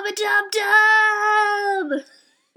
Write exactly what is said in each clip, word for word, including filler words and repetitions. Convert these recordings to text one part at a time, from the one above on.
バダブダブ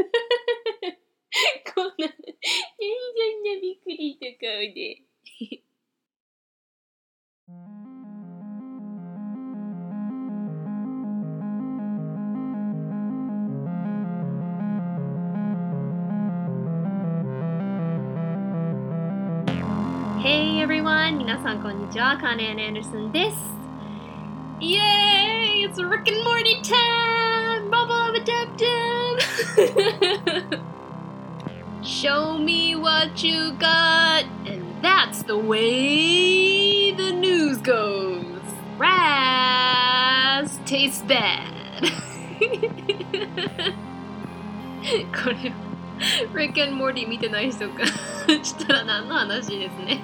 こんな、何そんなびっくりした顔で。Hey everyone! 皆さんこんにちは。カーネン・アンダーソンです。イエーイ !It's Rick and Morty time! バババダブダブShow me what you got! And that's the way the news goes! Raz tastes bad! これRick and Morty 見てない人かしたら何の話ですね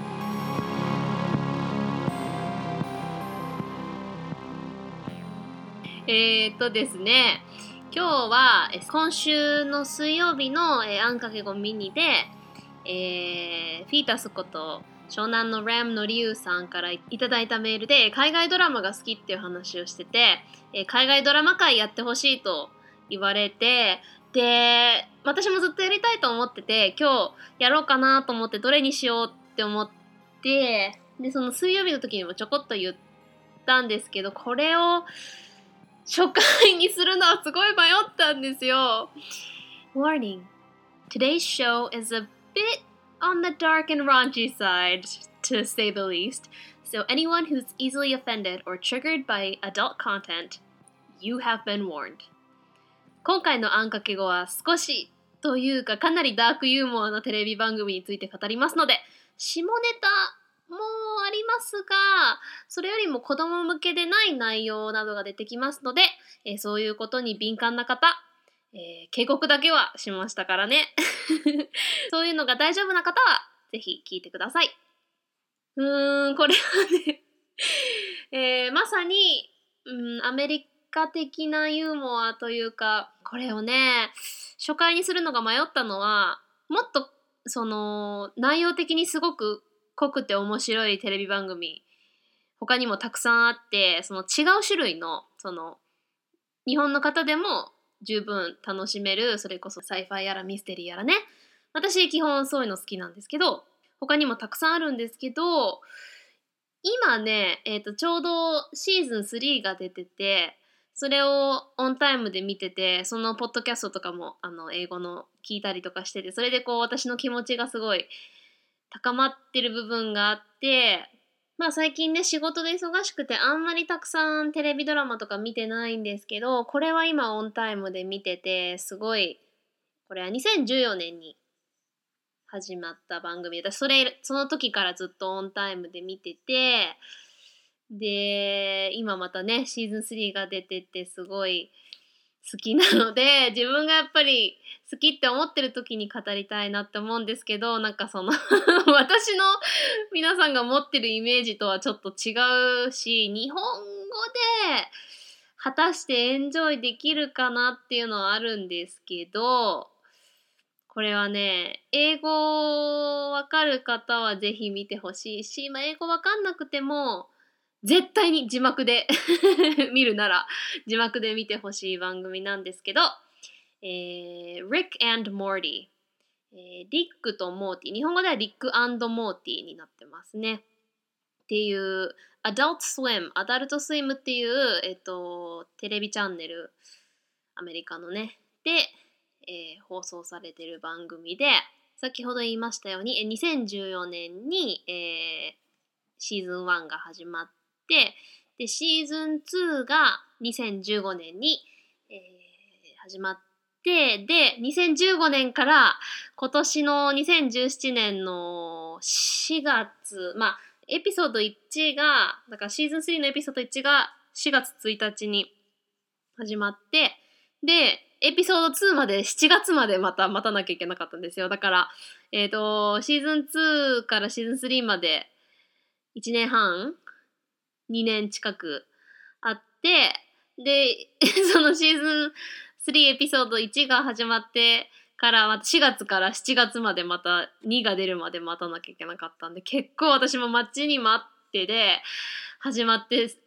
えっとですね今日は今週の水曜日の、えー、あんかけごミニで、えー、フィータスこと湘南のラムのリュウさんからいただいたメールで海外ドラマが好きっていう話をしてて、えー、海外ドラマ界やってほしいと言われてで私もずっとやりたいと思ってて今日やろうかなと思ってどれにしようって思ってでその水曜日の時にもちょこっと言ったんですけどこれを初回にするのはすごい迷ったんですよ。Warning. Today's show is a bit on the dark and raunchy side, to say the least. So anyone who's easily offended or triggered by adult content, you have been warned. 今回のあんかけ語は少しというかかなりダークユーモアなテレビ番組について語りますので、下ネタもありますが、それよりも子供向けでない内容などが出てきますので、えー、そういうことに敏感な方、えー、警告だけはしましたからね。そういうのが大丈夫な方はぜひ聞いてください。うーん、これはね、えー、まさに、うん、アメリカ的なユーモアというか、これをね、初回にするのが迷ったのは、もっとその内容的にすごく濃くて面白いテレビ番組他にもたくさんあってその違う種類のその日本の方でも十分楽しめるそれこそサイファイやらミステリーやらね私基本そういうの好きなんですけど他にもたくさんあるんですけど今ね、えーと、ちょうどシーズンスリーが出ててそれをオンタイムで見ててそのポッドキャストとかもあの英語の聞いたりとかしててそれでこう私の気持ちがすごい高まってる部分があってまあ最近ね仕事で忙しくてあんまりたくさんテレビドラマとか見てないんですけどこれは今オンタイムで見ててすごいこれはにせんじゅうよねんに始まった番組で私それその時からずっとオンタイムで見ててで今またねシーズンスリーが出ててすごい好きなので自分がやっぱり好きって思ってる時に語りたいなって思うんですけどなんかその私の皆さんが持ってるイメージとはちょっと違うし日本語で果たしてエンジョイできるかなっていうのはあるんですけどこれはね英語わかる方はぜひ見てほしいし、まあ、英語わかんなくても絶対に字幕で見るなら字幕で見てほしい番組なんですけど、えー、Rick and Morty、えー、リックとモーティ日本語ではリック&モーティになってますねっていう Adult Swim アダルトスイムっていう、えーと、テレビチャンネルアメリカのねで、えー、放送されてる番組で先ほど言いましたようににせんじゅうよねんに、えー、シーズンワンが始まってでシーズンツーがにせんじゅうごねんに、えー、始まってでにせんじゅうごねんから今年のにせんじゅうななねんのしがつまあエピソードいちがだからシーズンスリーのエピソードいちがしがつついたちに始まってでエピソードツーまでしちがつまでまた待たなきゃいけなかったんですよだからえっとシーズンツーからシーズンスリーまでいちねんはんにねん近くあってでそのシーズンスリーエピソードいちが始まってからしがつからしちがつまでまたにが出るまで待たなきゃいけなかったんで結構私も待ちに待ってで始まって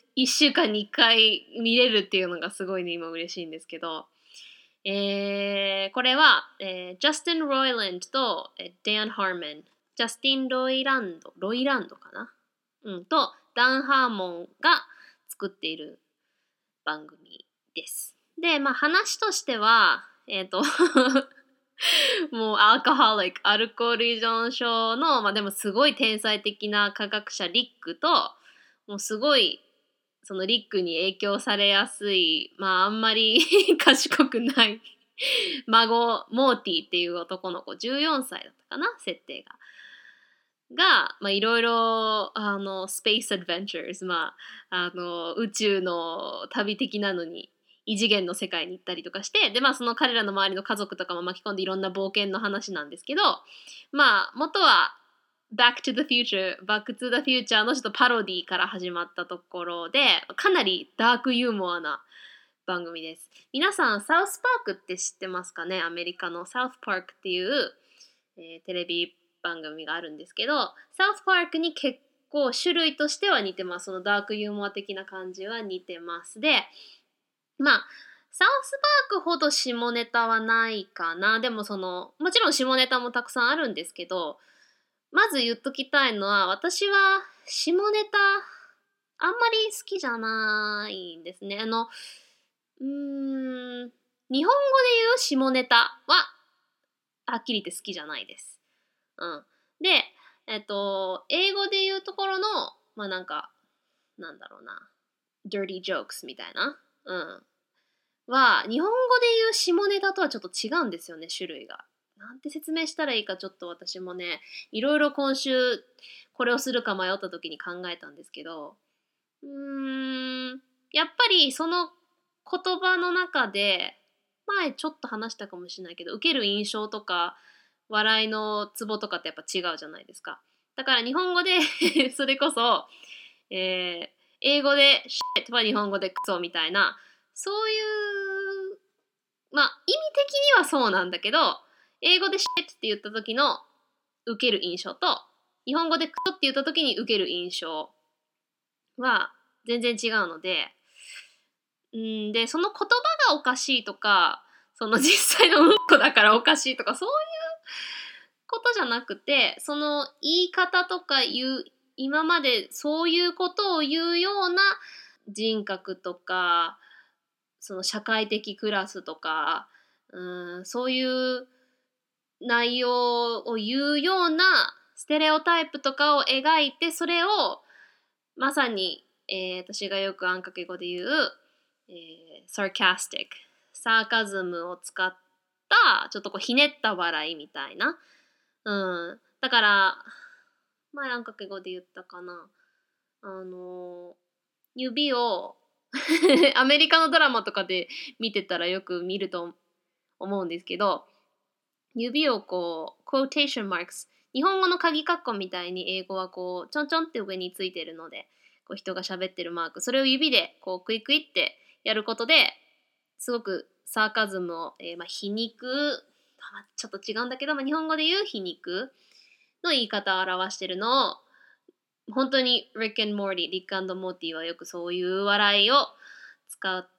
いっしゅうかんにいっかい見れるっていうのがすごいね今嬉しいんですけど、えー、これは、えー、ジャスティン・ロイランドと、えー、ダン・ハーモン、ジャスティン・ロイランドロイランドかな、うん、とダン・ハーモンが作っている番組です。で、まあ話としてはえっ、ー、ともうアルコホリック、アルコール依存症の、まあでもすごい天才的な科学者リックと、もうすごいそのリックに影響されやすい、まああんまり賢くない孫、モーティっていう男の子、じゅうよんさいだったかな、設定が。が、まあいろいろ、あの、スペースアドベンチャーズ、まあ、あの、宇宙の旅的なのに、異次元の世界に行ったりとかして、で、まあその彼らの周りの家族とかも巻き込んでいろんな冒険の話なんですけど、まあ元は Back to the Future、Back to the Future のちょっとパロディから始まったところで、かなりダークユーモアな番組です。皆さん、サウスパークって知ってますかね？アメリカのサウスパークっていう、えー、テレビ番組があるんですけど、サウスパークに結構種類としては似てます。そのダークユーモア的な感じは似てます。で、まあサウスパークほど下ネタはないかな。でもそのもちろん下ネタもたくさんあるんですけど、まず言っときたいのは、私は下ネタあんまり好きじゃないんですね。あのうーん日本語で言う下ネタははっきり言って好きじゃないです。うん、で、えっと英語で言うところのまあなんかなんだろうな dirty jokes みたいな、うんは日本語で言う下ネタとはちょっと違うんですよね、種類が。なんて説明したらいいかちょっと私もね、いろいろ今週これをするか迷った時に考えたんですけど、うーんやっぱりその言葉の中で前ちょっと話したかもしれないけど、受ける印象とか笑いのツボとかってやっぱ違うじゃないですか。だから日本語でそれこそ、えー、英語で shit は日本語でクソみたいな、そういうまあ意味的にはそうなんだけど、英語で shit って言った時の受ける印象と日本語でクソって言った時に受ける印象は全然違うので、うんでその言葉がおかしいとか、その実際のうんこだからおかしいとか、そういうことじゃなくて、その言い方とかいう今までそういうことを言うような人格とか、その社会的クラスとか、うんそういう内容を言うようなステレオタイプとかを描いて、それをまさに、えー、私がよくあんかけ語で言う、えー、sarcastic、サーカズムを使ったちょっとこうひねった笑いみたいな、うん、だから前あんかけ語で言ったかな、あの指をアメリカのドラマとかで見てたらよく見ると思うんですけど、指をこう quotation marks、 日本語の鍵括弧みたいに英語はこうちょんちょんって上についてるので、こう人が喋ってるマーク、それを指でこうクイクイってやることですごくサーカズムを、えーまあ、皮肉、ちょっと違うんだけど、まあ、日本語で言う皮肉の言い方を表してるのを、本当に Rick and Morty、リック&モーティはよくそういう笑いを使って、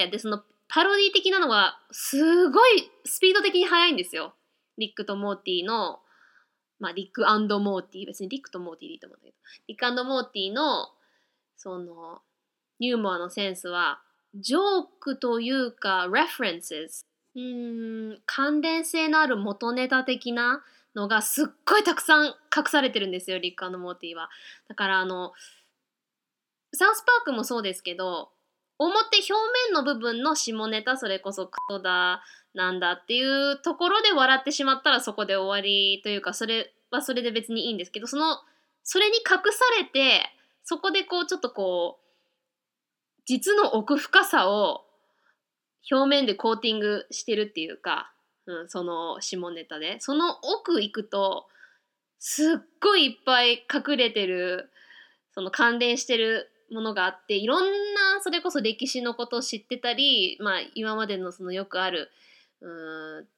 でそのパロディ的なのがすごいスピード的に速いんですよ。リックとモーティの、まあリック&モーティ、別にリックとモーティでいいと思うんだけど、リック&モーティのそのユーモアのセンスは、ジョークというか references、うーん関連性のある元ネタ的なのがすっごいたくさん隠されてるんですよ、リック&モーティは。だからあのサウスパークもそうですけど、表表面の部分の下ネタ、それこそクソだなんだっていうところで笑ってしまったらそこで終わりというか、それはそれで別にいいんですけど、そのそれに隠されて、そこでこうちょっとこう実の奥深さを表面でコーティングしてるっていうか、うん、その下ネタでその奥行くとすっごいいっぱい隠れてる、その関連してるものがあって、いろんなそれこそ歴史のことを知ってたり、まあ今までのそのよくあるうーん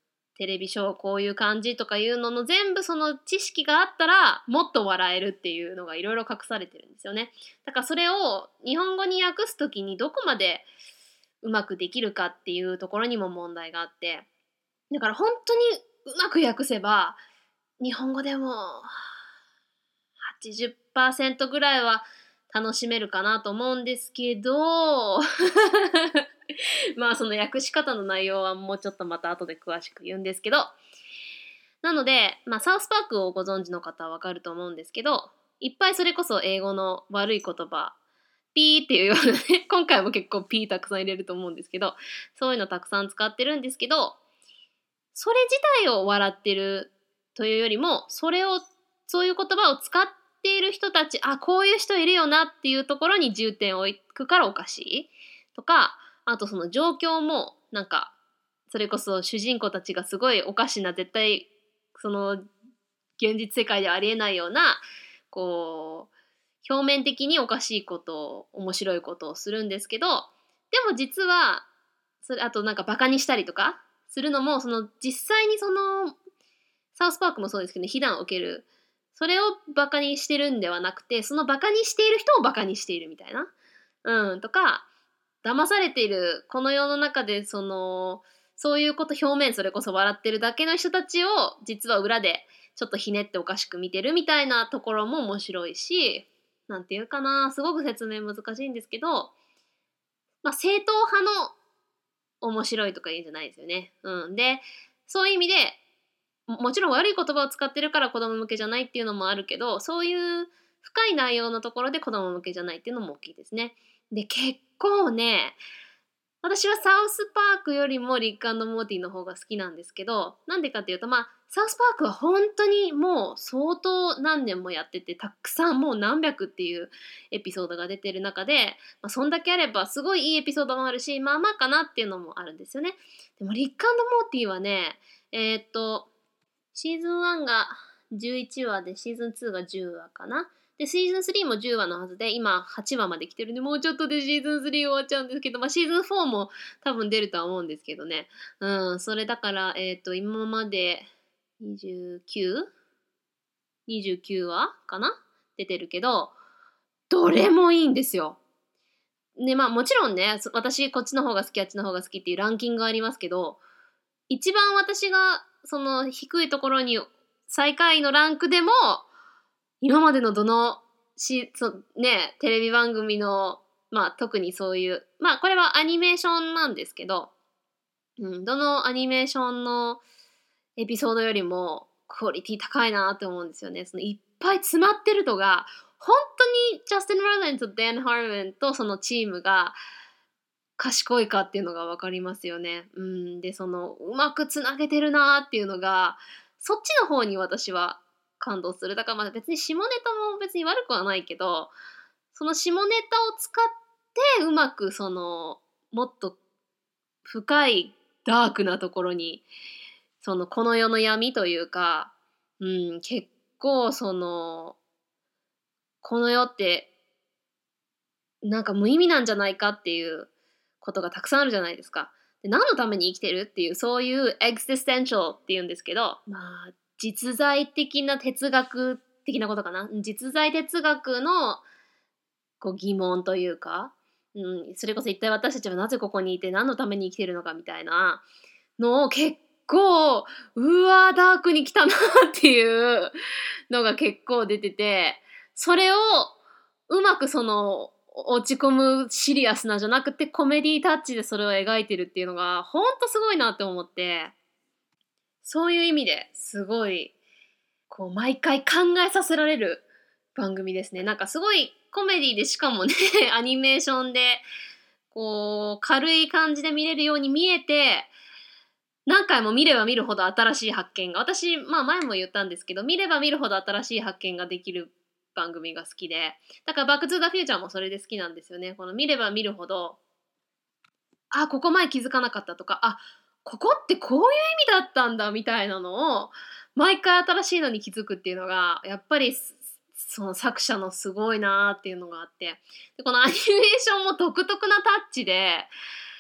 テレビショーこういう感じとかいうのの全部その知識があったらもっと笑えるっていうのがいろいろ隠されてるんですよね。だからそれを日本語に訳すときにどこまでうまくできるかっていうところにも問題があって、だから本当にうまく訳せば日本語でもはちじゅっパーセントぐらいは楽しめるかなと思うんですけどまあその訳し方の内容はもうちょっとまた後で詳しく言うんですけど、なので、まあ、サウスパークをご存知の方はわかると思うんですけど、いっぱいそれこそ英語の悪い言葉、ピーっていうようなね、今回も結構ピーたくさん入れると思うんですけど、そういうのたくさん使ってるんですけど、それ自体を笑ってるというよりも、それを、そういう言葉を使っている人たち、あ、こういう人いるよなっていうところに重点を置くからおかしいとか、あとその状況もなんかそれこそ主人公たちがすごいおかしな、絶対その現実世界ではありえないようなこう表面的におかしいことを面白いことをするんですけど、でも実はそれあとなんかバカにしたりとかするのも、その実際にそのサウスパークもそうですけど、ね、非難を受ける、それをバカにしてるんではなくて、そのバカにしている人をバカにしているみたいな、うんとか、騙されているこの世の中でそのそういうこと表面それこそ笑ってるだけの人たちを実は裏でちょっとひねっておかしく見てるみたいなところも面白いし、なんていうかな、すごく説明難しいんですけど、まあ正統派の面白いとか言うんじゃないですよね。うん。で、そういう意味でももちろん悪い言葉を使ってるから子供向けじゃないっていうのもあるけど、そういう深い内容のところで子供向けじゃないっていうのも大きいですね。で、結構ね、私はサウスパークよりもリック&モーティの方が好きなんですけど、なんでかっていうと、まあ、サウスパークは本当にもう相当何年もやってて、たくさんもう何百っていうエピソードが出てる中で、まあ、そんだけあればすごいいいエピソードもあるし、まあまあかなっていうのもあるんですよね。でもリック&モーティはね、えーっと、シーズンワンがじゅういちわで、シーズンツーがじゅうわかな。で、シーズンスリーもじゅうわのはずで、今はちわまで来てるんで、もうちょっとでシーズンスリー終わっちゃうんですけど、まあシーズンフォーも多分出るとは思うんですけどね。うん、それだから、えっと、今まで にじゅうきゅう?にじゅうきゅう 話かな出てるけど、どれもいいんですよ。で、まあもちろんね、そ私こっちの方が好き、あっちの方が好きっていうランキングがありますけど、一番私がその低いところに最下位のランクでも、今までのどのしそ、ね、テレビ番組の、まあ特にそういう、まあこれはアニメーションなんですけど、うん、どのアニメーションのエピソードよりもクオリティ高いなって思うんですよね。そのいっぱい詰まってるとが、本当にジャスティン・ローレンとダン・ハーメンとそのチームが賢いかっていうのが分かりますよね。うん、で、そのうまくつなげてるなっていうのが、そっちの方に私は感動する。だからまあ別に下ネタも別に悪くはないけど、その下ネタを使ってうまくそのもっと深いダークなところに、そのこの世の闇というか、うん、結構そのこの世ってなんか無意味なんじゃないかっていうことがたくさんあるじゃないですか。で、何のために生きてるっていう、そういうエグジステンシャルっていうんですけど、まあ実在的な哲学的なことかな。実在哲学のこう疑問というか、うん、それこそ一体私たちはなぜここにいて何のために生きてるのかみたいなのを結構、うわーダークに来たなっていうのが結構出てて、それをうまくその落ち込むシリアスなじゃなくてコメディタッチでそれを描いてるっていうのがほんとすごいなって思って、そういう意味ですごいこう毎回考えさせられる番組ですね。なんかすごいコメディで、しかもねアニメーションでこう軽い感じで見れるように見えて、何回も見れば見るほど新しい発見が、私まあ前も言ったんですけど、見れば見るほど新しい発見ができる番組が好きで、だからバックトゥザフューチャーもそれで好きなんですよね。この見れば見るほど、あ、ここ前気づかなかったとか、あ、ここってこういう意味だったんだみたいなのを毎回新しいのに気づくっていうのがやっぱりその作者のすごいなーっていうのがあって、でこのアニメーションも独特なタッチで、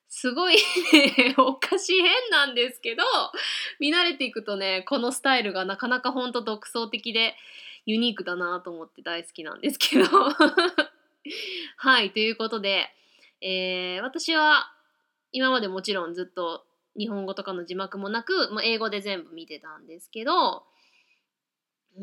すごいね、おかしい変なんですけど、見慣れていくとね、このスタイルがなかなかほんと独創的でユニークだなと思って大好きなんですけど。はい、ということで、えー、私は今までもちろんずっと日本語とかの字幕もなく、もう英語で全部見てたんですけど、うん、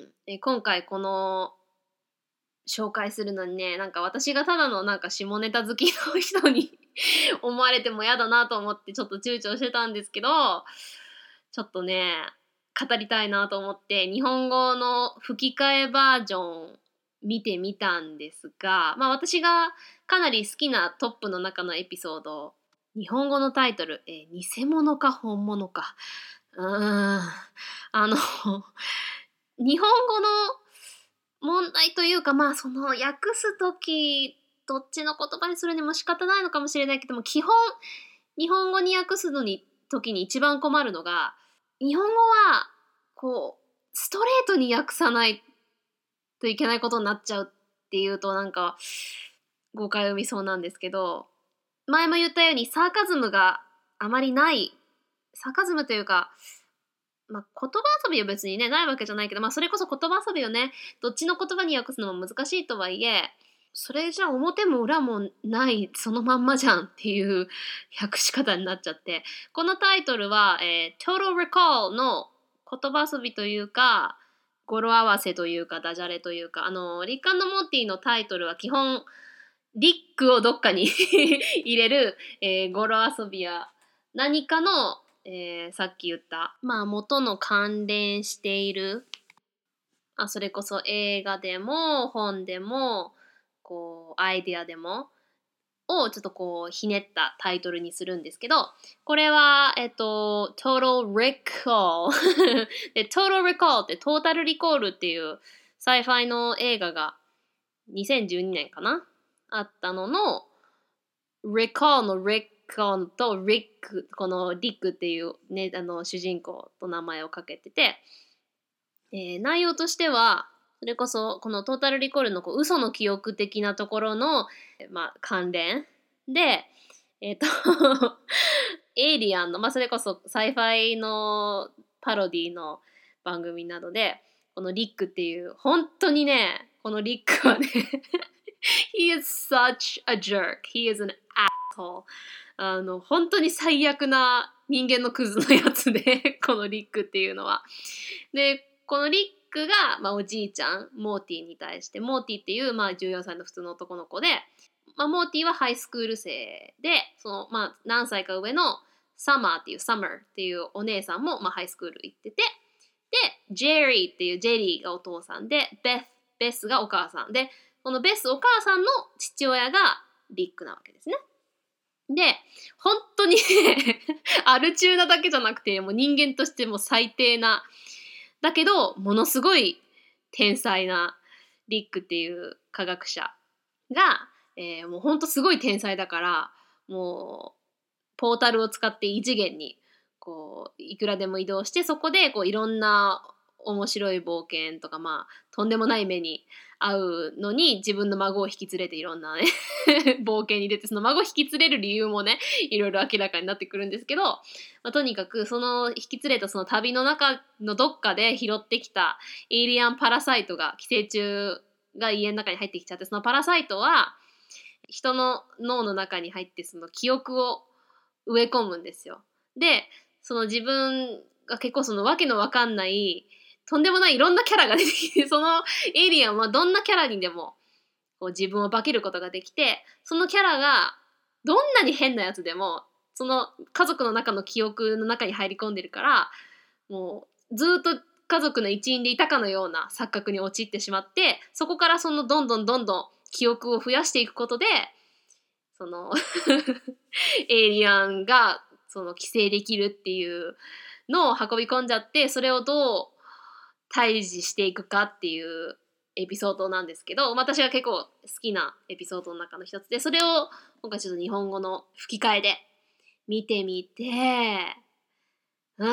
え今回この紹介するのにね、なんか私がただのなんか下ネタ好きの人に思われても嫌だなと思ってちょっと躊躇してたんですけど、ちょっとね、語りたいなと思って日本語の吹き替えバージョン見てみたんですが、まあ私がかなり好きなトップの中のエピソード、日本語のタイトル、えー偽物か本物か。うーん。あの、日本語の問題というか、まあその訳すとき、どっちの言葉にするにも仕方ないのかもしれないけども、基本、日本語に訳すのに、時に一番困るのが、日本語は、こう、ストレートに訳さないといけないことになっちゃうっていうとなんか、誤解を生みそうなんですけど、前も言ったようにサーカズムがあまりない、サーカズムというか、まあ、言葉遊びは別にね、ないわけじゃないけど、まあ、それこそ言葉遊びをね、どっちの言葉に訳すのも難しいとはいえ、それじゃ表も裏もないそのまんまじゃんっていう訳し方になっちゃって、このタイトルは、えー、Total Recall の言葉遊びというか、語呂合わせというか、ダジャレというか、あの、リック&モーティのタイトルは基本、リックをどっかに入れる、えー語呂遊びや何かの、えーさっき言った、まあ元の関連している、あ、それこそ映画でも本でも、こう、アイデアでも、をちょっとこう、ひねったタイトルにするんですけど、これは、えっと、Total Recall で、Total Recall ってトータルリコールっていうサイファイの映画がにせんじゅうにねんかなあったのの、Recall の Recall と Rick、この Rick っていうね、あの、主人公と名前をかけてて、えー内容としては、それこそこのトータルリコールのこう嘘の記憶的なところの、えーまあ、関連で、えっ、と、エイリアンの、まあ、それこそサイファイのパロディの番組などで、このリックっていう、本当にね、このリックはね、He is such a jerk. He is an asshole. あの、本当に最悪な人間のクズのやつで、このリックっていうのは。で、このリックが、まあ、おじいちゃん、モーティに対して、モーティっていう、まあ、じゅうよんさいの普通の男の子で、まあ、モーティはハイスクール生で、その、まあ、何歳か上のサマーっていう、サマーっていうお姉さんも、まあ、ハイスクール行ってて、で、ジェリーっていうジェリーがお父さんで、ベス、ベスがお母さんで、このベスお母さんの父親がリックなわけですね。で、本当にね、アル中なだけじゃなくて、もう人間としても最低な、だけど、ものすごい天才なリックっていう科学者が、えーもうほんとすごい天才だから、もう、ポータルを使って異次元に、こう、いくらでも移動して、そこで、こう、いろんな面白い冒険とか、まあ、とんでもない目に遭うのに、自分の孫を引き連れていろんなね、冒険に出て、その孫を引き連れる理由もね、いろいろ明らかになってくるんですけど、まあ、とにかく、その引き連れたその旅の中のどっかで拾ってきたエイリアンパラサイトが、寄生虫が家の中に入ってきちゃって、そのパラサイトは、人の脳の中に入ってその記憶を植え込むんですよ。で、その自分が結構そのわけのわかんないとんでもないいろんなキャラが出てきて、そのエイリアンはどんなキャラにでもこう自分を化けることができて、そのキャラがどんなに変なやつでもその家族の中の記憶の中に入り込んでるから、もうずっと家族の一員でいたかのような錯覚に陥ってしまって、そこからそのどんどんどんどん記憶を増やしていくことで、そのエイリアンがその寄生できるっていうのを運び込んじゃって、それをどう対峙していくかっていうエピソードなんですけど、私が結構好きなエピソードの中の一つで、それを今回ちょっと日本語の吹き替えで見てみて、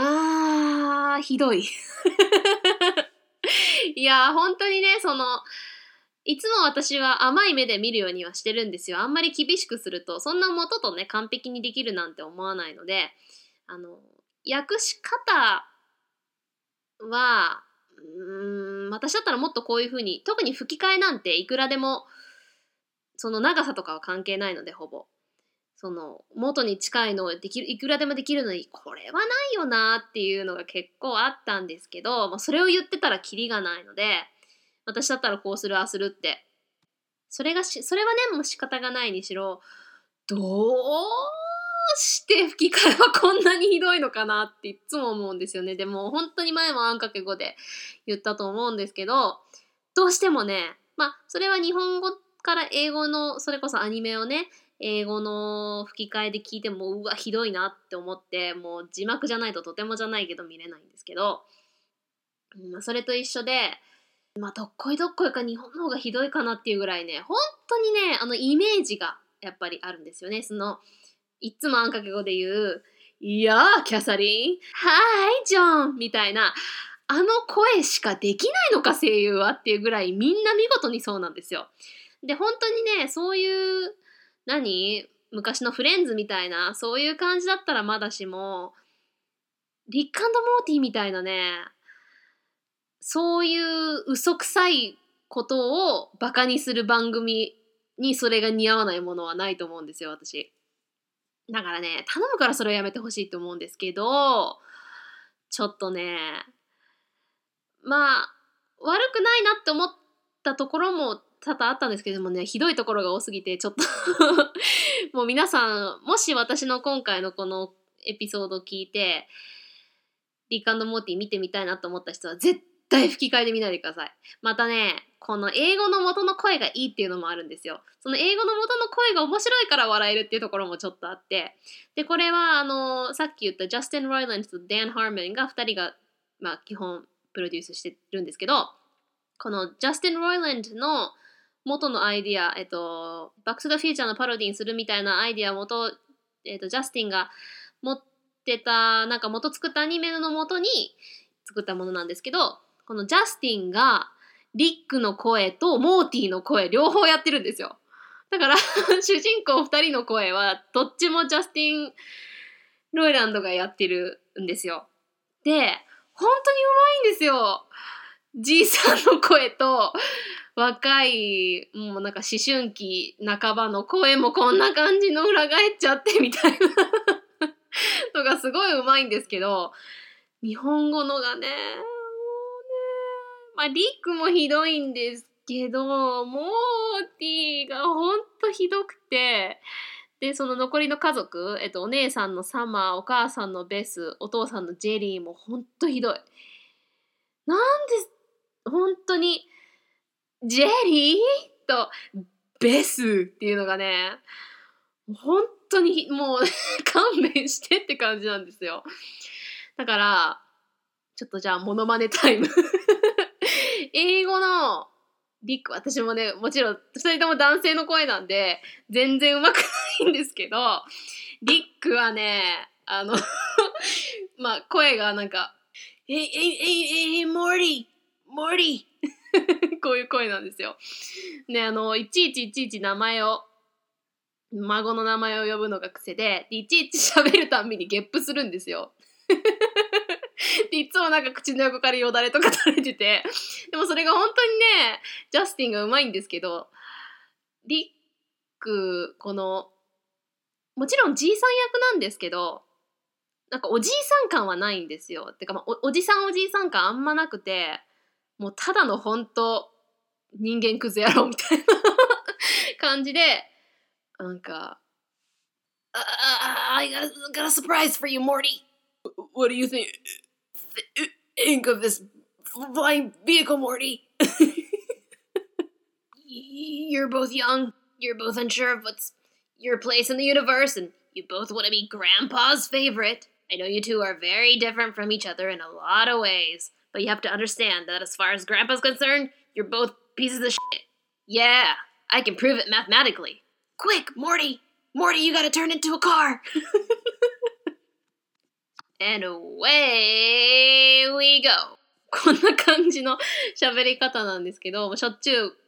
あーひどいいやー本当にね、そのいつも私は甘い目で見るようにはしてるんですよ。あんまり厳しくすると、そんな元とね、完璧にできるなんて思わないので、あの、訳し方は、うーん、私だったらもっとこういう風に、特に吹き替えなんていくらでも、その長さとかは関係ないので、ほぼ。その、元に近いのをできる、いくらでもできるのに、これはないよなっていうのが結構あったんですけど、まあ、それを言ってたらキリがないので、私だったらこうする、ああするって。それがし、それはね、もう仕方がないにしろ、どうして吹き替えはこんなにひどいのかなっていつも思うんですよね。でも本当に前もあんかけ語で言ったと思うんですけど、どうしてもね、まあそれは日本語から英語の、それこそアニメをね、英語の吹き替えで聞いても、うわ、ひどいなって思って、もう字幕じゃないととてもじゃないけど見れないんですけど、うん、それと一緒で、まあ、どっこいどっこいか日本の方がひどいかなっていうぐらいね、本当にね、あのイメージがやっぱりあるんですよね。その、いっつもあんかけ語で言う、いやー、キャサリン、はーい、ジョンみたいな、あの声しかできないのか、声優はっていうぐらいみんな見事にそうなんですよ。で、本当にね、そういう、何昔のフレンズみたいな、そういう感じだったらまだしも、リック&モーティーみたいなね、そういう嘘くさいことをバカにする番組にそれが似合わないものはないと思うんですよ、私。だからね、頼むからそれをやめてほしいと思うんですけど、ちょっとね、まあ、悪くないなって思ったところも多々あったんですけどもね、ひどいところが多すぎて、ちょっともう皆さん、もし私の今回のこのエピソードを聞いて、リック&モーティー見てみたいなと思った人は絶対吹き替えで見ないでください。またね、この英語の元の声がいいっていうのもあるんですよ。その英語の元の声が面白いから笑えるっていうところもちょっとあって。で、これはあの、さっき言ったジャスティン・ロイランドとダン・ハーマンがふたりが、まあ、基本プロデュースしてるんですけど、このジャスティン・ロイランドの元のアイディア、えっと、バック・トゥ・ザ・フューチャーのパロディにするみたいなアイディアを元、えっと、ジャスティンが持ってた、なんか元作ったアニメの元に作ったものなんですけど、このジャスティンがリックの声とモーティの声両方やってるんですよ。だから主人公ふたりの声はどっちもジャスティン・ロイランドがやってるんですよ。で、本当にうまいんですよ。じいさんの声と若い、もうなんか思春期半ばの声もこんな感じの裏返っちゃってみたいなのがすごいうまいんですけど、日本語のがね、もうね、まあリックもひどいんですけど、モーティーがほんとひどくて、で、その残りの家族、えっと、お姉さんのサマー、お母さんのベス、お父さんのジェリーもほんとひどい。なんで、本当に、ジェリーとベスっていうのがね、本当にもう勘弁してって感じなんですよ。だから、ちょっとじゃあモノマネタイム英語のリック、私もね、もちろんふたりとも男性の声なんで全然うまくないんですけど、リックはね、あのまあ声がなんか「えいえいえいえいモーリーモーリー」こういう声なんですよ。ね、あのいちいちいちいち名前を孫の名前を呼ぶのが癖で、いちいち喋るたんびにゲップするんですよ。でいつもなんか口の横からよだれとか垂れてて、でもそれが本当にね、ジャスティンがうまいんですけど、リック、この、もちろんじいさん役なんですけど、なんかおじいさん感はないんですよ。てか、まあ、おおじさんおじいさん感あんまなくて、もうただの本当人間クズ野郎みたいな感じで、なんか、I got a, got a surprise for you, Morty. What do you think? Think of this flying vehicle, Morty. You're both young. You're both unsure of what's your place in the universe, and you both want to be Grandpa's favorite. I know you two are very different from each other in a lot of ways, but you have to understand that as far as Grandpa's concerned, you're both pieces of shit. Yeah, I can prove it mathematically. Quick, Morty! Morty, you gotta turn into a car! And away we go! こんな感じの喋り方なんですけど、しょっちゅう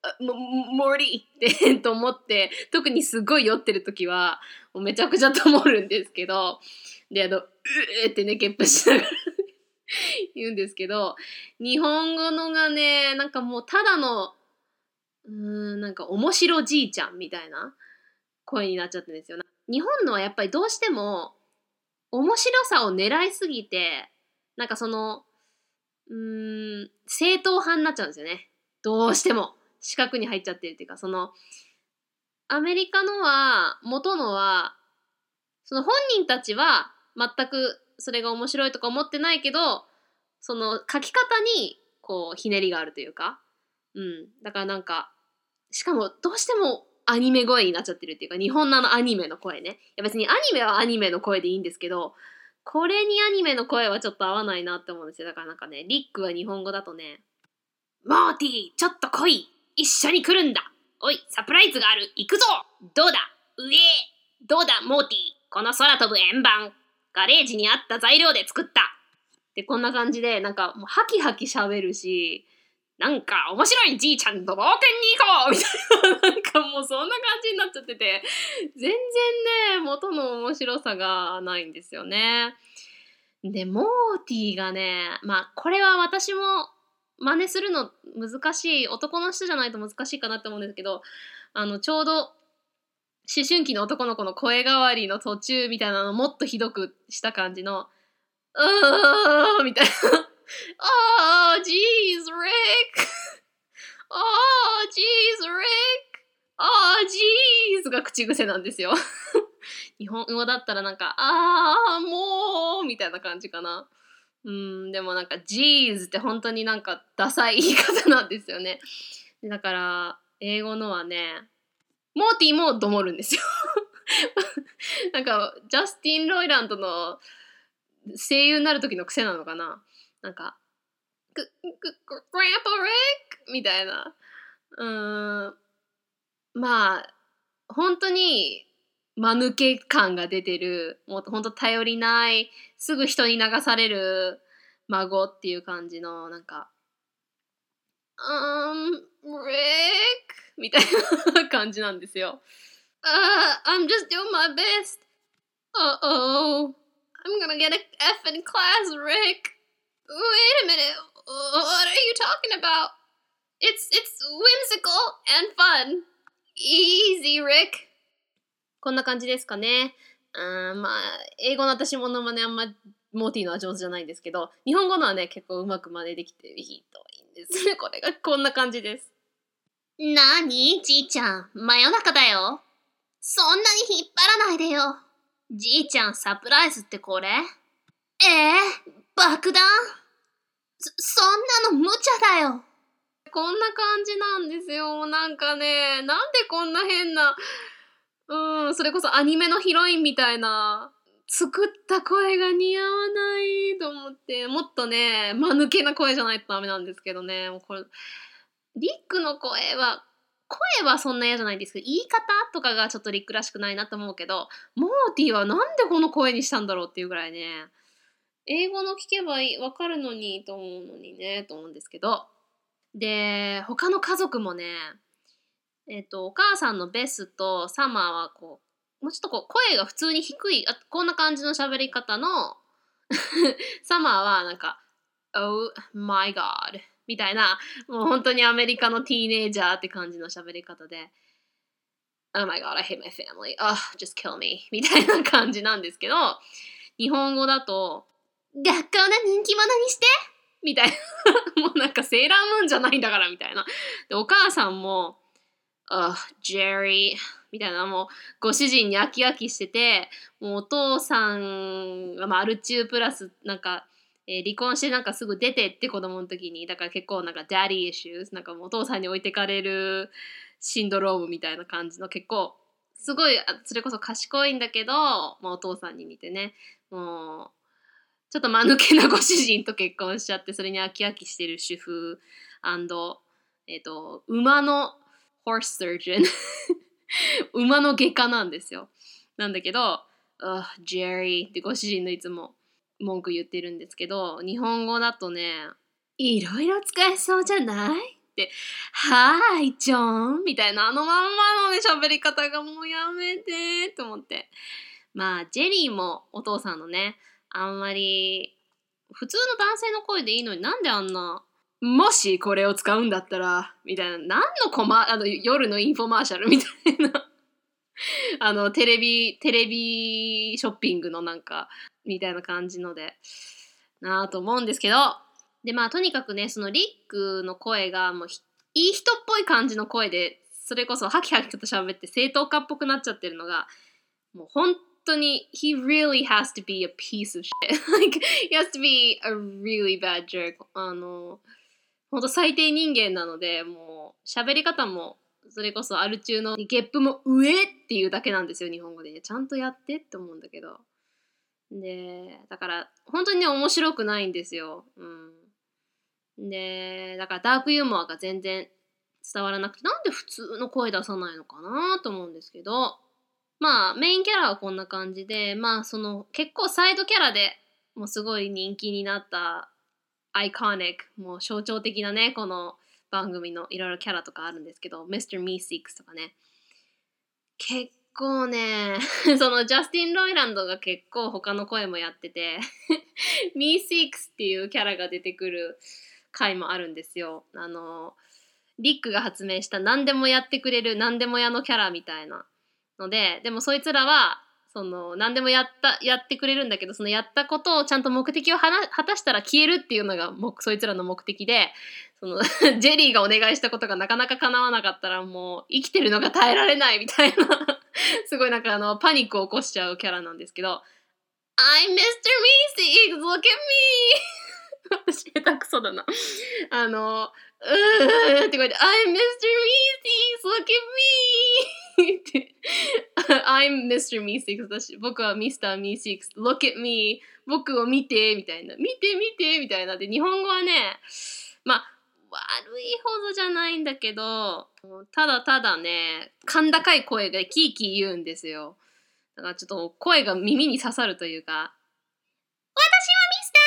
モモーリーってと思って、特にすごい酔ってる時はもうめちゃくちゃともるんですけど、であのうーってねゲップしながら言うんですけど、日本語のがねなんかもうただのうーんなんか面白じいちゃんみたいな声になっちゃってるんですよ。日本のはやっぱりどうしても面白さを狙いすぎて、なんかそのうーん正統派になっちゃうんですよね。どうしても四角に入っちゃってるっていうか、そのアメリカのは元のはその本人たちは全くそれが面白いとか思ってないけど、その書き方にこうひねりがあるというか、うん、だからなんかしかもどうしてもアニメ声になっちゃってるっていうか、日本のあのアニメの声ね。いや別にアニメはアニメの声でいいんですけど、これにアニメの声はちょっと合わないなって思うんですよ。だからなんかね、リックは日本語だとね、モーティーちょっと来い、一緒に来るんだ、おいサプライズがある、行くぞ、どうだ上、どうだモーティー、この空飛ぶ円盤ガレージにあった材料で作ったで、こんな感じでなんかもうハキハキ喋るし、なんか面白いじいちゃんと冒険に行こうみたいな、なんかもうそんな感じになっちゃってて、全然ね元の面白さがないんですよね。でモーティーがね、まあこれは私も真似するの難しい、男の人じゃないと難しいかなって思うんですけど、あのちょうど思春期の男の子の声変わりの途中みたいなのをもっとひどくした感じのうーみたいなあー、ジーズ、リックあー、ジーズ、リックあー、ジーズが口癖なんですよ日本語だったらなんか、あー、もうみたいな感じかな。うん、でもなんか、ジーズって本当になんかダサい言い方なんですよね。だから、英語のはね、モーティーもどもるんですよなんか、ジャスティン・ロイランドの声優になる時の癖なのかな、なんかググググランパ・リックみたいな、うーんまあ本当に間抜け感が出てる、もう本当頼りないすぐ人に流される孫っていう感じの、なんかうーんリックみたいな感じなんですよ。uh, I'm just doing my best. Uh-oh, I'm gonna get an F in class, Rick. Wait a minute. What are you talking about? It's it's whimsical and fun. Easy, Rick. こんな感じですかね。うん、まあ英語の私ものまねあんまモーティーのは上手じゃないんですけど、日本語のはね結構うまく真似できてひどいんですね。これがこんな感じです。なにじいちゃん、真夜中だよ。そんなに引っ張らないでよ。じいちゃんサプライズってこれ？えー、爆弾？そ、そんなの無茶だよ。こんな感じなんですよ。なんかね、なんでこんな変な、うん、それこそアニメのヒロインみたいな、作った声が似合わないと思って、もっとね、間抜けな声じゃないとダメなんですけどね。もうこれ、リックの声は、声はそんな嫌じゃないんですけど、言い方とかがちょっとリックらしくないなと思うけど、モーティーはなんでこの声にしたんだろうっていうぐらいね、英語の聞けばいい、わかるのにと思うのにね、と思うんですけど。で、他の家族もね、えっと、お母さんのベスとサマーはこう、もうちょっとこう声が普通に低い、あこんな感じの喋り方のサマーはなんか、Oh my god みたいな、もう本当にアメリカのティーネイジャーって感じの喋り方で、Oh my god, I hate my family. Oh, just kill me. みたいな感じなんですけど、日本語だと、学校の人気者にしてみたいな。もうなんかセーラームーンじゃないんだからみたいな。で、お母さんも、あ、ジェリーみたいな、もうご主人に飽き飽きしてて、もうお父さんが、まあ、アル中プラスなんか、えー離婚してなんかすぐ出てって子供の時に、だから結構なんかダディイシューズ、なんかもうお父さんに置いてかれるシンドロームみたいな感じの、結構すごいそれこそ賢いんだけど、まあ、お父さんに似てね、もうちょっと間抜けなご主人と結婚しちゃって、それに飽き飽きしてる主婦えっと馬のhorse surgeon 馬の外科なんですよ。なんだけど、uh, Jerry ってご主人のいつも文句言ってるんですけど、日本語だとね、いろいろ使えそうじゃない 、はーい、ジョンみたいな、あのまんまのね、喋り方がもうやめてと思って。まあ、ジェリーもお父さんのね、あんまり、普通の男性の声でいいのになんであんな、もしこれを使うんだったら、みたいな、何のコマ、あの、夜のインフォマーシャルみたいな、あの、テレビ、テレビショッピングのなんか、みたいな感じので、なぁと思うんですけど、で、まあ、とにかくね、そのリックの声が、もう、いい人っぽい感じの声で、それこそハキハキと喋って正当化っぽくなっちゃってるのが、もう本当に、he really has to be a piece of shit. like, he has to be a really bad jerk. あの、本当最低人間なので、もう、喋り方も、それこそアル中のゲップも上っていうだけなんですよ、日本語で。ちゃんとやってって思うんだけど。で、だから、本当にね、面白くないんですよ。うん。で、だからダークユーモアが全然伝わらなくて、なんで普通の声出さないのかなと思うんですけど、まあ、メインキャラはこんな感じで、まあ、その、結構サイドキャラでもうすごい人気になったアイコニック、もう象徴的なね、この番組のいろいろキャラとかあるんですけど、ミスター Meeseeks とかね。結構ね、そのジャスティン・ロイランドが結構他の声もやってて、Meeseeks っていうキャラが出てくる回もあるんですよ。あの、リックが発明した何でもやってくれる何でも屋のキャラみたいなので、でもそいつらは、その何でもやったやってくれるんだけど、そのやったことをちゃんと目的をはな果たしたら消えるっていうのがもそいつらの目的で、そのジェリーがお願いしたことがなかなか叶わなかったらもう生きてるのが耐えられないみたいなすごいなんかあのパニックを起こしちゃうキャラなんですけど、I'm ミスター Meeseeks, look at me 私下手くそだな。あの、うーってこうやって I'm ミスター Meeseeks, look at me って I'm ミスター Meeseeks だし、僕は ミスター Meeseeks, look at me 僕を見てみたいな、見て見てみたいなで、日本語はね、まあ悪いほどじゃないんだけど、ただただね、甲高い声でキーキー言うんですよ。だからちょっと声が耳に刺さるというか、私はミスタ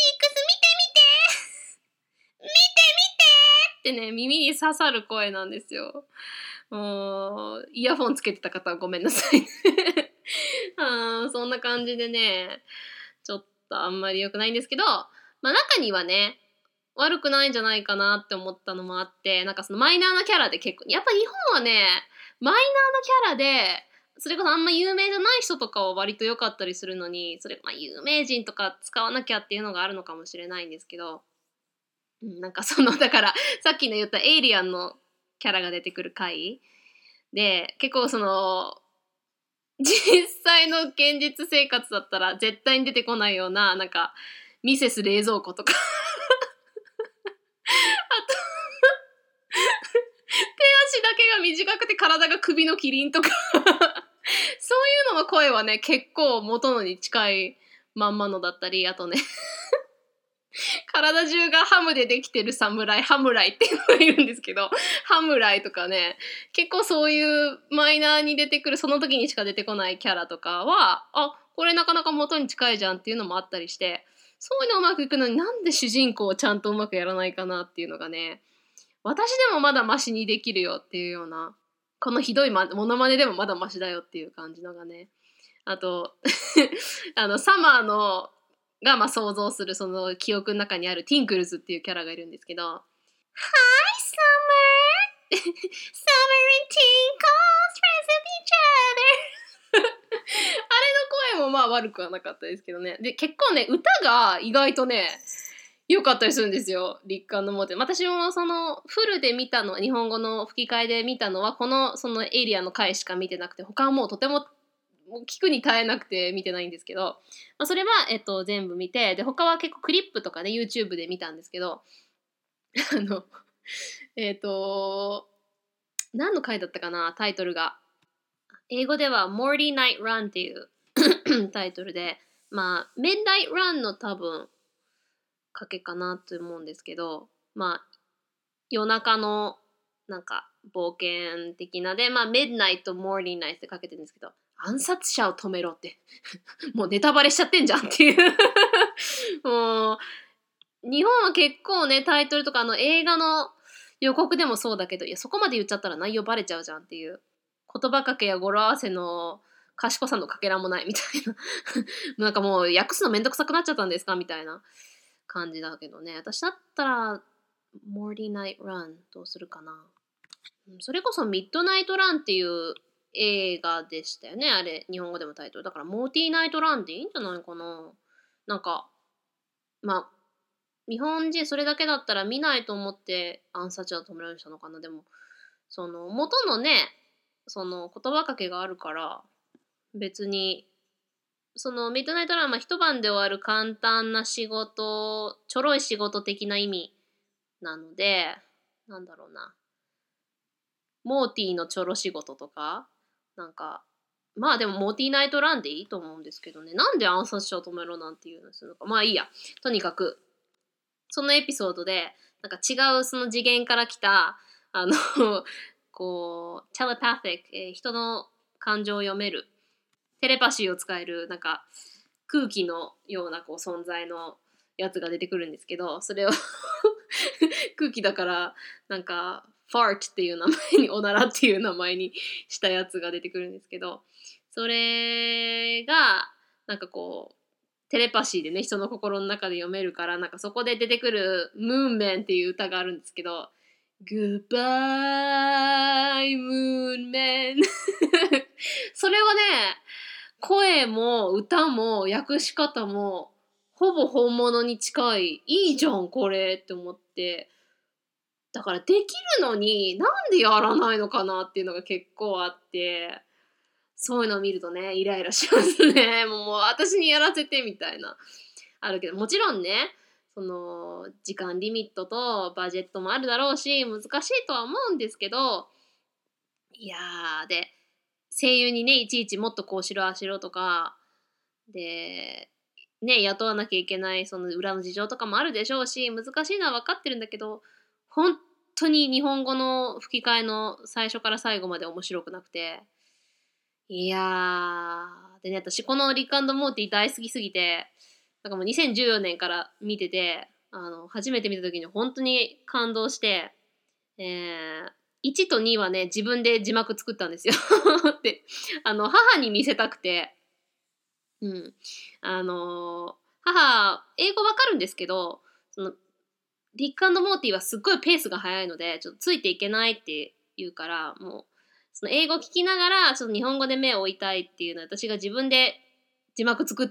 ー Meeseeks 見て見て見て見てってね、耳に刺さる声なんですよ。もう、イヤフォンつけてた方はごめんなさい。あそんな感じでね、ちょっとあんまり良くないんですけど、まあ中にはね、悪くないんじゃないかなって思ったのもあって、なんかそのマイナーなキャラで結構、やっぱ日本はね、マイナーなキャラで、それこそあんま有名じゃない人とかは割と良かったりするのに、それ、まあ有名人とか使わなきゃっていうのがあるのかもしれないんですけど、うん、なんかその、だからさっきの言ったエイリアンのキャラが出てくる回で、結構その、実際の現実生活だったら絶対に出てこないような、なんか、ミセス冷蔵庫とか手足だけが短くて体が首のキリンとかそういうのの声はね、結構元のに近いまんまのだったり、あとね体中がハムでできてる侍、ハムライっていうのがいるんですけど、ハムライとかね、結構そういうマイナーに出てくる、その時にしか出てこないキャラとかは、あ、これなかなか元に近いじゃんっていうのもあったりして、そういうのうまくいくのになんで主人公をちゃんとうまくやらないかなっていうのがね、私でもまだマシにできるよっていうような、このひどいモノマネでもまだマシだよっていう感じのがね。あと、あの、サマーの、がまあ想像するその記憶の中にあるティンクルズっていうキャラがいるんですけど、Hi, Summer! Summer and Tinkles friends of each other! あれの声もまあ悪くはなかったですけどね。で、結構ね、歌が意外とね、良かったりするんですよ。立夏のモテ。私もそのフルで見たの、日本語の吹き替えで見たのはこのそのエイリアンの回しか見てなくて、他はもうとても聞くに耐えなくて見てないんですけど、まあ、それは、えっと、全部見て、で他は結構クリップとかね YouTube で見たんですけど、あのえっと何の回だったかな、タイトルが。英語では Morty Night Run っていうタイトルで、まあ Midnight Run の多分かけかなと思うんですけど、まあ夜中のなんか冒険的なで、まあ Midnight と Morning Night ってかけてるんですけど、暗殺者を止めろってもうネタバレしちゃってんじゃんっていうもう日本は結構ねタイトルとかあの映画の予告でもそうだけど、いやそこまで言っちゃったら内容バレちゃうじゃんっていう、言葉かけや語呂合わせの賢さのかけらもないみたいななんかもう訳すのめんどくさくなっちゃったんですかみたいな感じだけどね。私だったらモーティーナイトランどうするかな。それこそミッドナイトランっていう映画でしたよね、あれ日本語でもタイトルだから、モーティーナイトランでいいんじゃないかな。なんかまあ日本人それだけだったら見ないと思って暗殺を止められたのかな。でもその元のね、その言葉かけがあるから別に、そのミッドナイトランは一晩で終わる簡単な仕事、ちょろい仕事的な意味なので、なんだろうな、モーティーのちょろ仕事とか、なんかまあでもモーティーナイトランでいいと思うんですけどね。なんで暗殺者を止めろなんていうのするのか。まあいいや。とにかくそのエピソードでなんか違うその次元から来たあのこうテレパティック、えー人の感情を読める、テレパシーを使えるなんか空気のようなこう存在のやつが出てくるんですけど、それを空気だからなんかファートっていう名前に、おならっていう名前にしたやつが出てくるんですけど、それがなんかこうテレパシーでね人の心の中で読めるから、なんかそこで出てくるムーンメンっていう歌があるんですけど、Goodbye Moon Man それはね、声も歌も訳し方もほぼ本物に近い、いいじゃんこれって思って、だからできるのになんでやらないのかなっていうのが結構あって、そういうのを見るとねイライラしますね。もう、もう私にやらせてみたいなあるけど、もちろんねその時間リミットとバジェットもあるだろうし難しいとは思うんですけど、いやーで声優にねいちいちもっとこうしろああしろとかでね雇わなきゃいけないその裏の事情とかもあるでしょうし、難しいのは分かってるんだけど、本当に日本語の吹き替えの最初から最後まで面白くなくて、いやーでね、私このリック&モーティ大好きすぎて、なんかもうにせんじゅうよねんから見てて、あの初めて見た時に本当に感動して、えー、いちとにはね自分で字幕作ったんですよで、あの母に見せたくて、うんあの母英語わかるんですけど、そのリック&モーティはすっごいペースが速いのでちょっとついていけないって言うから、もうその英語聞きながらちょっと日本語で目を置いたいっていうのは私が自分で字幕作って、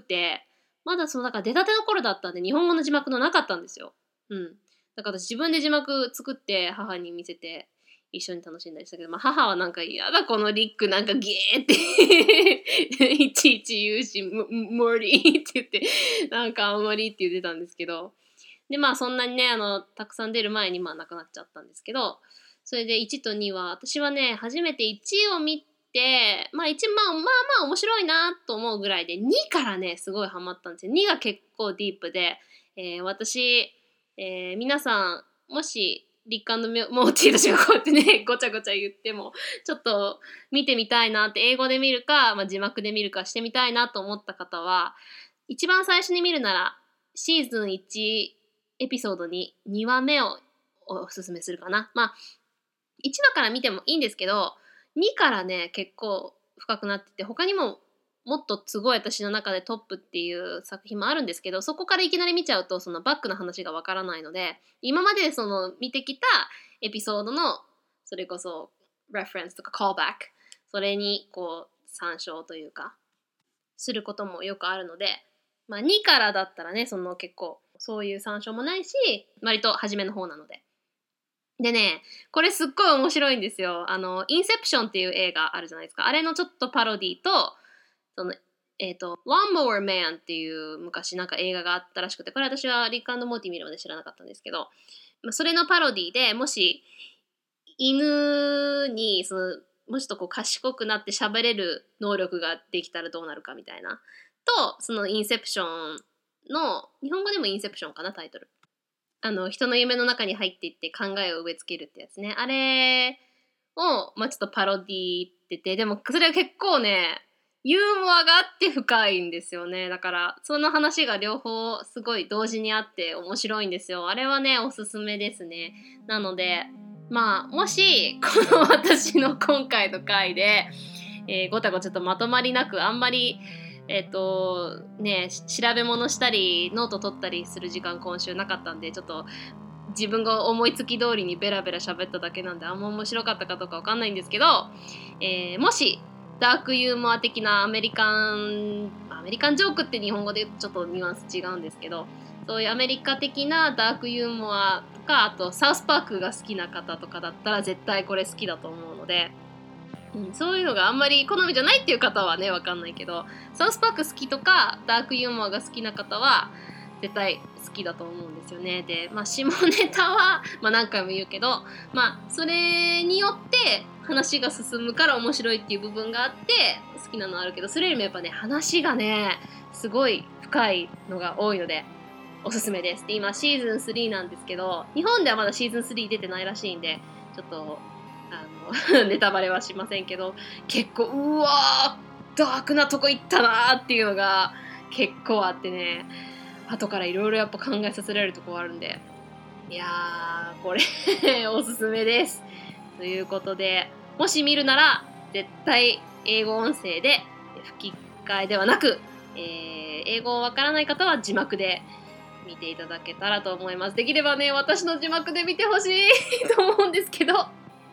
まだそのだから出たての頃だったんで日本語の字幕のなかったんですよ。うん。だから私自分で字幕作って母に見せて一緒に楽しんだりしたけど、まあ母はなんかやだこのリックなんかゲーっていちいち言うし、モーリーって言ってなんかあんまりって言ってたんですけど、でまあそんなにねあのたくさん出る前にまあなくなっちゃったんですけど、それでいちとには私はね初めていちを見て、まあいちまあまあまあ面白いなと思うぐらいで、にからねすごいハマったんですよ。にが結構ディープで、えー、私、えー、皆さんもしリック&モーティーたちがこうやってねごちゃごちゃ言ってもちょっと見てみたいなって、英語で見るか、まあ、字幕で見るかしてみたいなと思った方は、一番最初に見るならシーズンいちエピソードににわめをおすすめするかな。まあいちわから見てもいいんですけど、にからね結構深くなってて、他にももっとすごい私の中でトップっていう作品もあるんですけど、そこからいきなり見ちゃうとそのバックの話がわからないので、今までその見てきたエピソードのそれこそ reference とか callback、 それにこう参照というかすることもよくあるので、まあにからだったらねその結構そういう参照もないし割と初めの方なので。でね、これすっごい面白いんですよ。あの、インセプションっていう映画あるじゃないですか。あれのちょっとパロディと、その、えっ、ー、と、Lawnmower Man っていう昔なんか映画があったらしくて、これ私はリック&モーティ見るまで知らなかったんですけど、それのパロディでもし犬にそのもうちょっとこう賢くなって喋れる能力ができたらどうなるかみたいな。と、そのインセプションの、日本語でもインセプションかなタイトル。あの人の夢の中に入っていって考えを植え付けるってやつね。あれを、まあ、ちょっとパロディってて、でもそれは結構ねユーモアがあって深いんですよね。だからその話が両方すごい同時にあって面白いんですよ。あれはねおすすめですね。なのでまあもしこの私の今回の回で、えー、ごたごちょっとまとまりなくあんまりえっとね調べ物したりノート取ったりする時間今週なかったんで、ちょっと自分が思いつき通りにベラベラ喋っただけなんであんま面白かったかどうかわかんないんですけど、えー、もしダークユーモア的なアメリカンアメリカンジョークって日本語で言うとちょっとニュアンス違うんですけど、そういうアメリカ的なダークユーモアとか、あとサウスパークが好きな方とかだったら絶対これ好きだと思うので、うん、そういうのがあんまり好みじゃないっていう方はねわかんないけど、サウスパーク好きとかダークユーモアが好きな方は絶対好きだと思うんですよね。で、まあ、下ネタは、まあ、何回も言うけど、まあ、それによって話が進むから面白いっていう部分があって好きなのはあるけど、それよりもやっぱね話がねすごい深いのが多いのでおすすめです。で今シーズンスリーなんですけど、日本ではまだシーズンスリー出てないらしいんでちょっとあのネタバレはしませんけど、結構うわーダークなとこ行ったなーっていうのが結構あってね、後からいろいろやっぱ考えさせられるところあるんで、いやーこれおすすめですということで、もし見るなら絶対英語音声で吹き替えではなく、えー、英語わからない方は字幕で見ていただけたらと思います。できればね私の字幕で見てほしいと思うんですけど、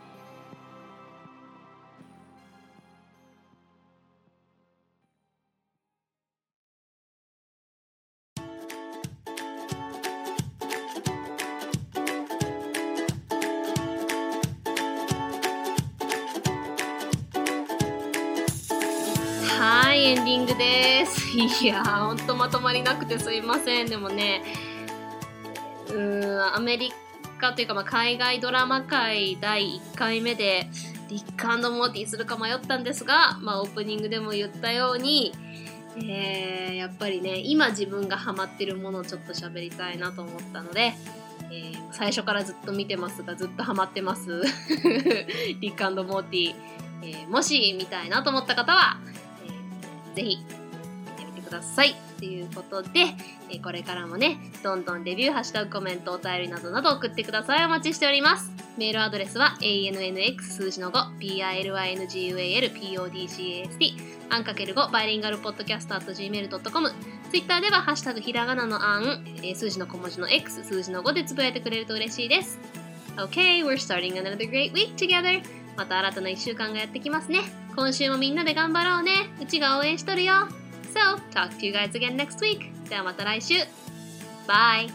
はい、エンディングです。いやーほんとまとまりなくてすいません。でもねうーんアメリカというか、まあ、海外ドラマ界だいいっかいめでリック&モーティーするか迷ったんですが、まあ、オープニングでも言ったように、えー、やっぱりね今自分がハマってるものをちょっと喋りたいなと思ったので、えー、最初からずっと見てますがずっとハマってますリック&モーティー、えー、もし見たいなと思った方は、えー、ぜひ見てみてくださいということで、えー、これからもねどんどんレビュー、ハッシュタグ、コメント、お便りなどなど送ってください。お待ちしております。メールアドレスは annx 数字の ご pilingulpodcast アンかけるごバイリンガルポッドキャスト at ジーメールドットコム、 ツイッターではハッシュタグひらがなのアン、えー、数字の小文字の X 数字のごでつぶやいてくれると嬉しいです。 Okay, we're starting another great week together. また新たないっしゅうかんがやってきますね。今週もみんなで頑張ろうね。うちが応援しとるよ。So, talk to you guys again next week. ではまた来週。Bye!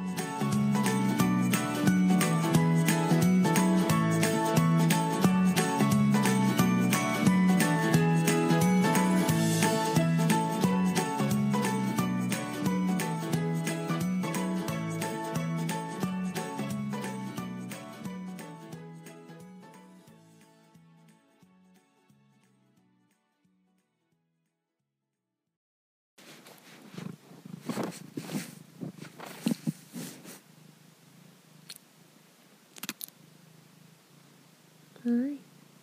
はい。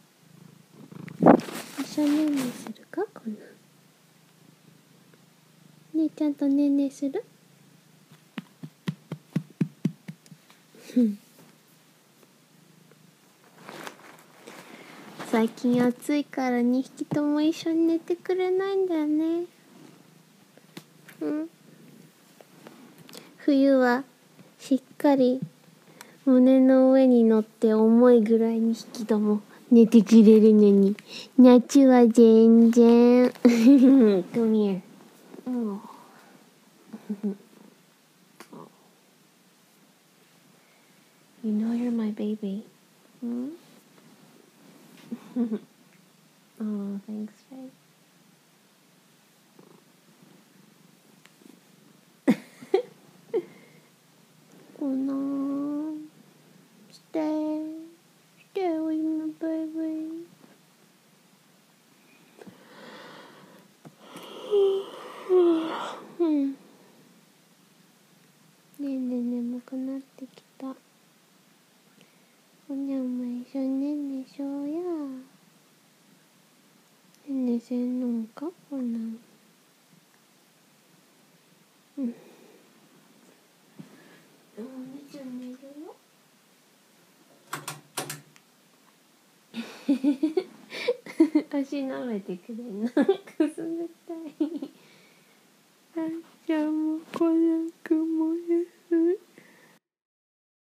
一緒にねんねするかこんな。ねえちゃんとねんねする？最近暑いからにひきとも一緒に寝てくれないんだよね。うん。冬はしっかり胸の上に乗って重いぐらいにひきとも寝てくれるのに、夏は全然。Come here. Oh. You know you're my baby. Hmm? Oh, thanks, babe. Oh no. Stay. Stay with me, baby. うん。ねえねえ眠くなってきた。おにゃんも一緒にねんねしょうや。ねんねせんのんかこんなん。うん。お姉ちゃん寝るよ。 足舐めてくれんなんか冷たいあじゃあもうこんな